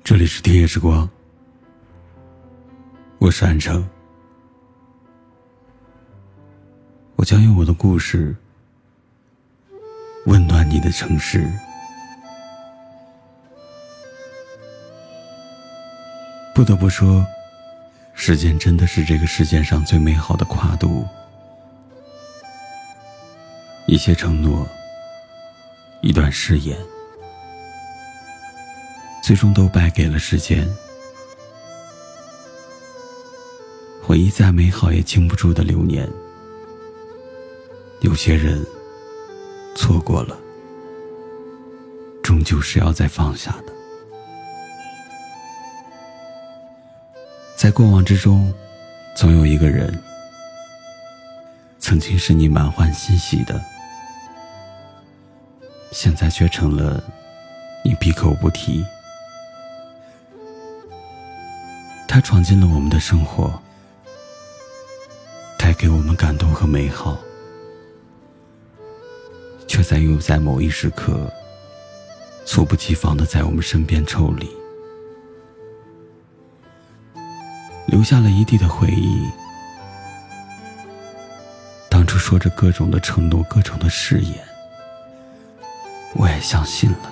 这里是听夜时光，我是安城。我将用我的故事温暖你的城市。不得不说，时间真的是这个世界上最美好的跨度。一些承诺，一段誓言，最终都败给了时间。回忆再美好也经不住的流年，有些人错过了，终究是要再放下的。在过往之中，总有一个人曾经是你满怀欣喜的，现在却成了你闭口不提。他闯进了我们的生活，带给我们感动和美好，却又在某一时刻猝不及防地在我们身边抽离，留下了一地的回忆。当初说着各种的承诺，各种的誓言，我也相信了。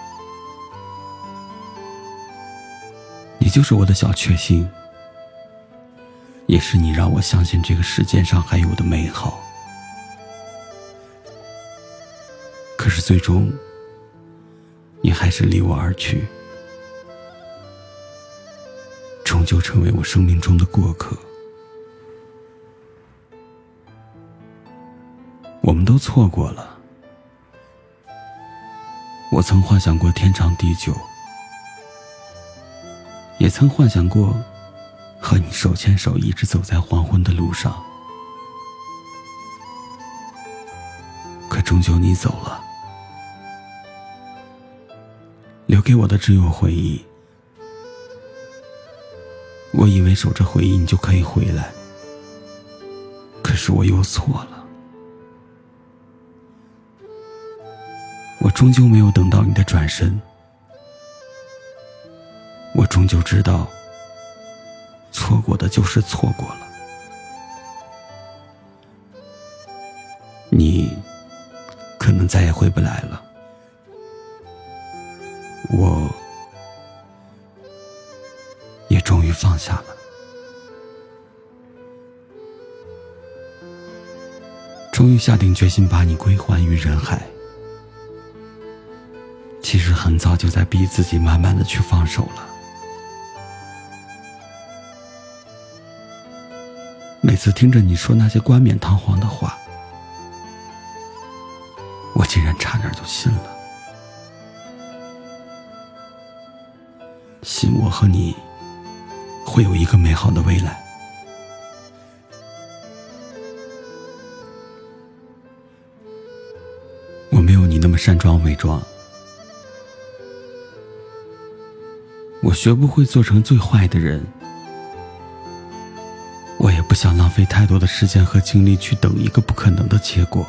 你就是我的小确幸，也是你让我相信这个世界上还有的美好。可是最终，你还是离我而去，终究成为我生命中的过客。我们都错过了。我曾幻想过天长地久，也曾幻想过和你手牵手一直走在黄昏的路上，可终究你走了，留给我的只有回忆。我以为守着回忆你就可以回来，可是我又错了。我终究没有等到你的转身，我终究知道，错过的就是错过了。你可能再也回不来了，我也终于放下了。终于下定决心把你归还于人海。其实很早就在逼自己慢慢的去放手了。每次听着你说那些冠冕堂皇的话，我竟然差点就信了，信我和你会有一个美好的未来。我没有你那么擅装伪装，我学不会做成最坏的人，我也不想浪费太多的时间和精力去等一个不可能的结果。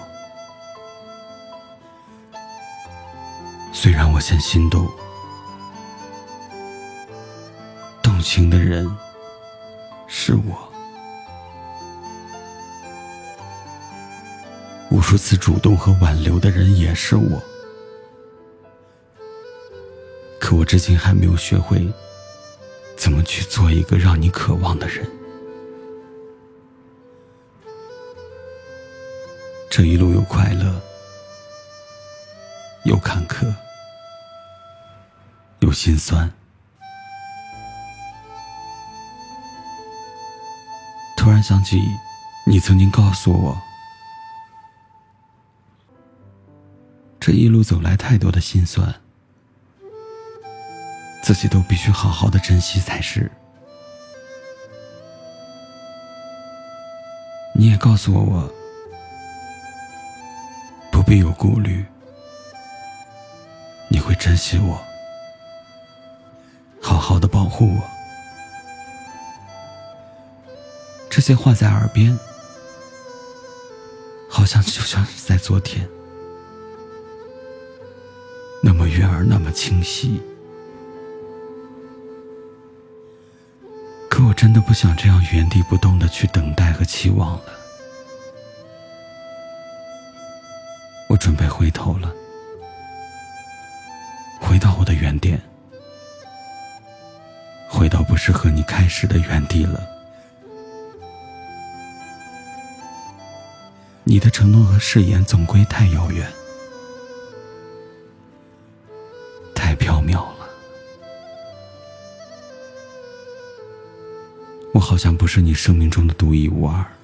虽然我先心动，动情的人是我，无数次主动和挽留的人也是我，可我至今还没有学会怎么去做一个让你渴望的人。这一路有快乐，有坎坷，有心酸。突然想起你曾经告诉我，这一路走来太多的心酸，自己都必须好好的珍惜才是。你也告诉我不必有顾虑，你会珍惜我，好好的保护我。这些话在耳边，好像就像是在昨天，那么悦耳，那么清晰。 真的不想这样原地不动地去等待和期望了。我准备回头了，回到我的原点，回到不是和你开始的原地了。你的承诺和誓言总归太遥远，太缥缈了。我好像不是你生命中的独一无二，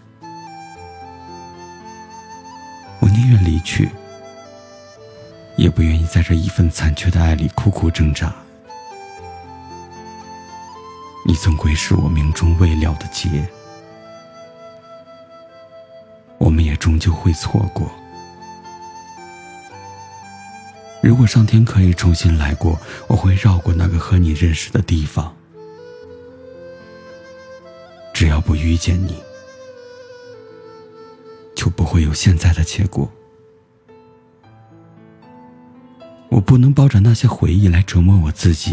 我宁愿离去，也不愿意在这一份残缺的爱里苦苦挣扎。你总归是我命中未了的劫，我们也终究会错过。如果上天可以重新来过，我会绕过那个和你认识的地方。只要不遇见你，就不会有现在的结果。我不能抱着那些回忆来折磨我自己，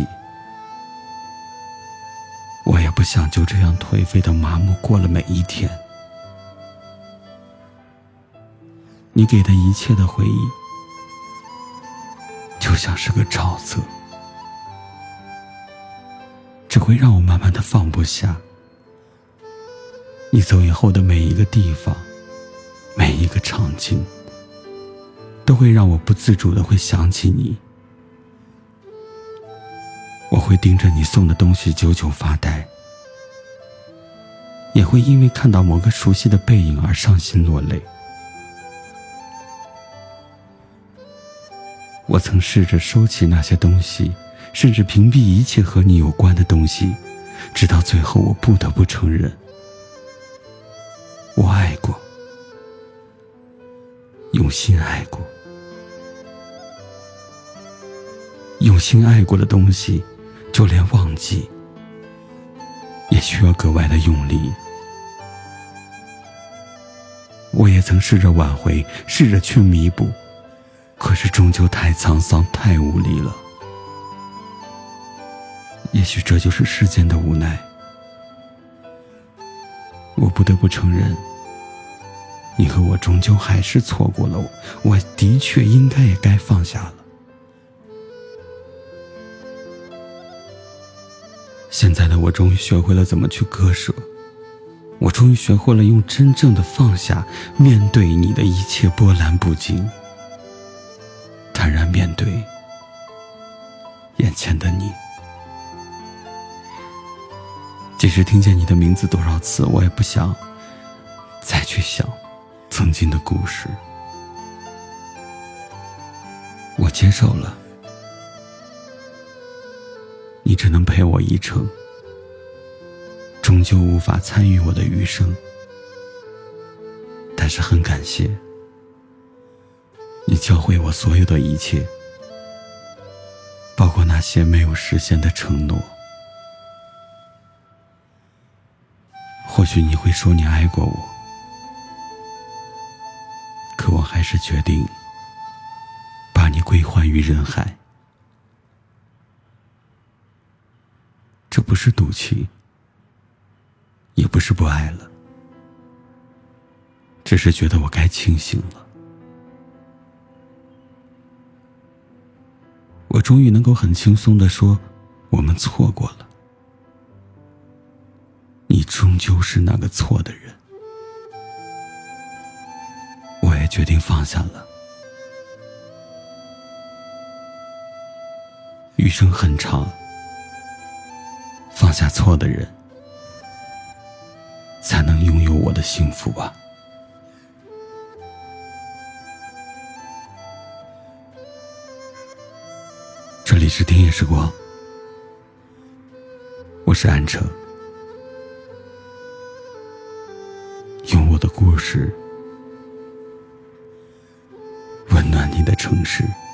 我也不想就这样颓废的麻木过了每一天。你给的一切的回忆，就像是个沼泽，只会让我慢慢的放不下。你走以后的每一个地方，每一个场景，都会让我不自主的会想起你。我会盯着你送的东西久久发呆，也会因为看到某个熟悉的背影而伤心落泪。我曾试着收起那些东西，甚至屏蔽一切和你有关的东西，直到最后我不得不承认，我爱过，用心爱过。用心爱过的东西，就连忘记也需要格外的用力。我也曾试着挽回，试着去弥补，可是终究太沧桑，太无力了。也许这就是世间的无奈。我不得不承认，你和我终究还是错过了我的确应该也该放下了。现在的我终于学会了怎么去割舍，我终于学会了用真正的放下面对你的一切波澜不惊，坦然面对眼前的你。即使听见你的名字多少次，我也不想再去想曾经的故事。我接受了，你只能陪我一程，终究无法参与我的余生。但是很感谢你教会我所有的一切，包括那些没有实现的承诺。或许你会说你爱过我，可我还是决定把你归还于人海。这不是赌气，也不是不爱了，只是觉得我该清醒了。我终于能够很轻松地说，我们错过了。你终究是那个错的人，我也决定放下了。余生很长，放下错的人，才能拥有我的幸福吧。这里是听夜时光，我是安城，用我的故事温暖你的城市。